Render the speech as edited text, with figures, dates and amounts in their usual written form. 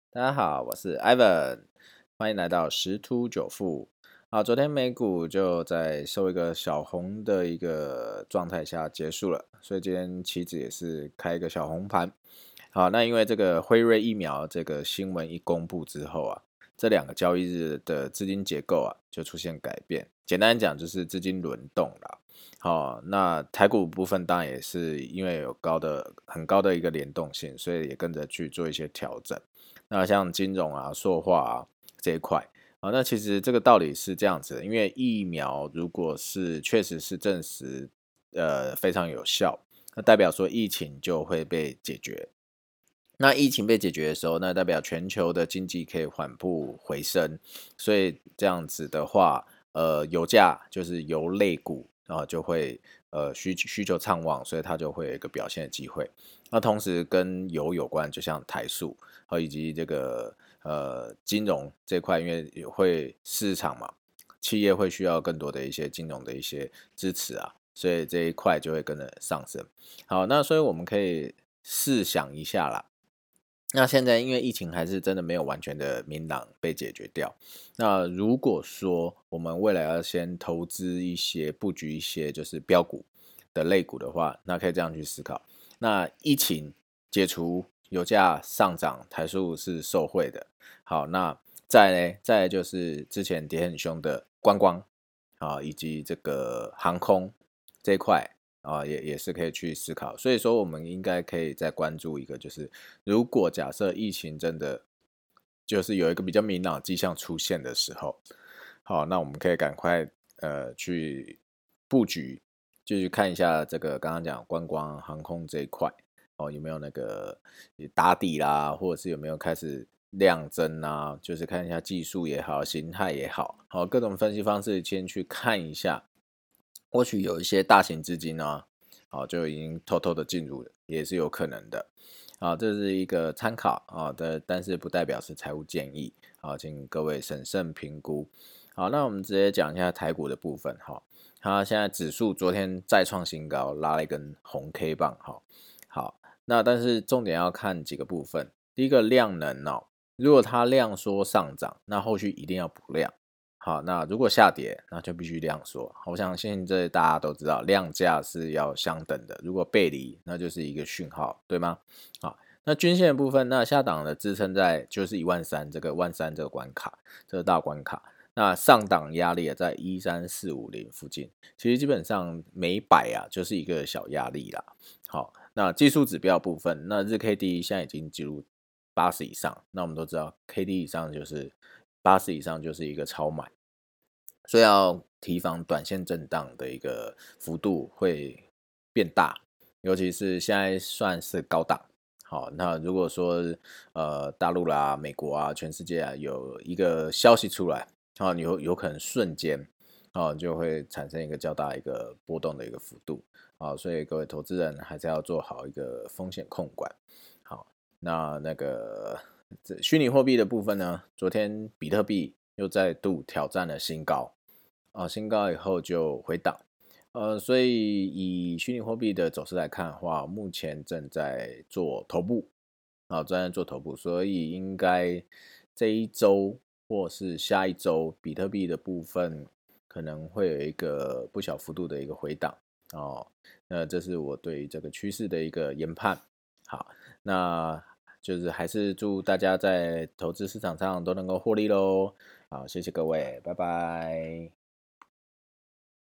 大家好，我是 Ivan，欢迎来到十突九富。好，昨天美股就在收一个小红的一个状态下结束了，所以今天期指也是开一个小红盘。好，那因为这个辉瑞疫苗这个新闻一公布之后啊，这2个交易日的资金结构啊就出现改变。简单讲就是资金轮动啦。好，那台股部分当然也是因为有很高的一个联动性，所以也跟着去做一些调整。那像金融啊、塑化啊这一块啊，那其实这个道理是这样子的，因为疫苗如果是确实是证实非常有效，那代表说疫情就会被解决。那疫情被解决的时候，那代表全球的经济可以缓步回升，所以这样子的话，油价就是油类股就会需求畅旺，所以它就会有一个表现的机会。那同时跟油有关，就像台塑以及这个金融这块，因为也会市场嘛，企业会需要更多的一些金融的一些支持啊，所以这一块就会跟着上升。好，那所以我们可以试想一下啦。那现在因为疫情还是真的没有完全的明朗被解决掉，那如果说我们未来要先投资一些布局一些就是标股的类股的话，那可以这样去思考。那疫情解除，油价上涨，台塑是受惠的。好，那再来就是之前跌很凶的观光以及这个航空这一块也是可以去思考。所以说，我们应该可以再关注一个，就是如果假设疫情真的就是有一个比较明朗的迹象出现的时候，好，那我们可以赶快去布局，就去看一下这个刚刚讲观光航空这一块有没有那个打底啦，或者是有没有开始量增啊，就是看一下技术也好，形态也好，各种分析方式先去看一下。或许有一些大型资金就已经偷偷的进入了，也是有可能的。这是一个参考但是不代表是财务建议请各位审慎评估。好，那我们直接讲一下台股的部分它现在指数昨天再创新高，拉了一根红 K 棒好，那但是重点要看几个部分。第一个量能如果它量缩上涨，那后续一定要补量。好，那如果下跌，那就必须量缩。我相信这大家都知道，量价是要相等的。如果背离，那就是一个讯号，对吗？好，那均线的部分，那下档的支撑在就是13000这个13000这个关卡，这个大关卡。那上档压力也在13450附近，其实基本上每百就是一个小压力啦。好，那技术指标部分，那日 K D 现在已经进入80以上，那我们都知道 K D 以上就是80以上就是一个超买，所以要提防短线震荡的一个幅度会变大，尤其是现在算是高档。好，那如果说大陆啦、美国全世界有一个消息出来有可能瞬间就会产生一个较大一个波动的一个幅度所以各位投资人还是要做好一个风险控管。好，那个虚拟货币的部分呢，昨天比特币又再度挑战了新高新高以后就回档所以以虚拟货币的走势来看的话，目前正在做头部正在做头部，所以应该这一周或是下一周，比特币的部分可能会有一个不小幅度的一个回档那这是我对这个趋势的一个研判。好，那就是还是祝大家在投资市场上都能够获利咯。好，谢谢各位，拜拜。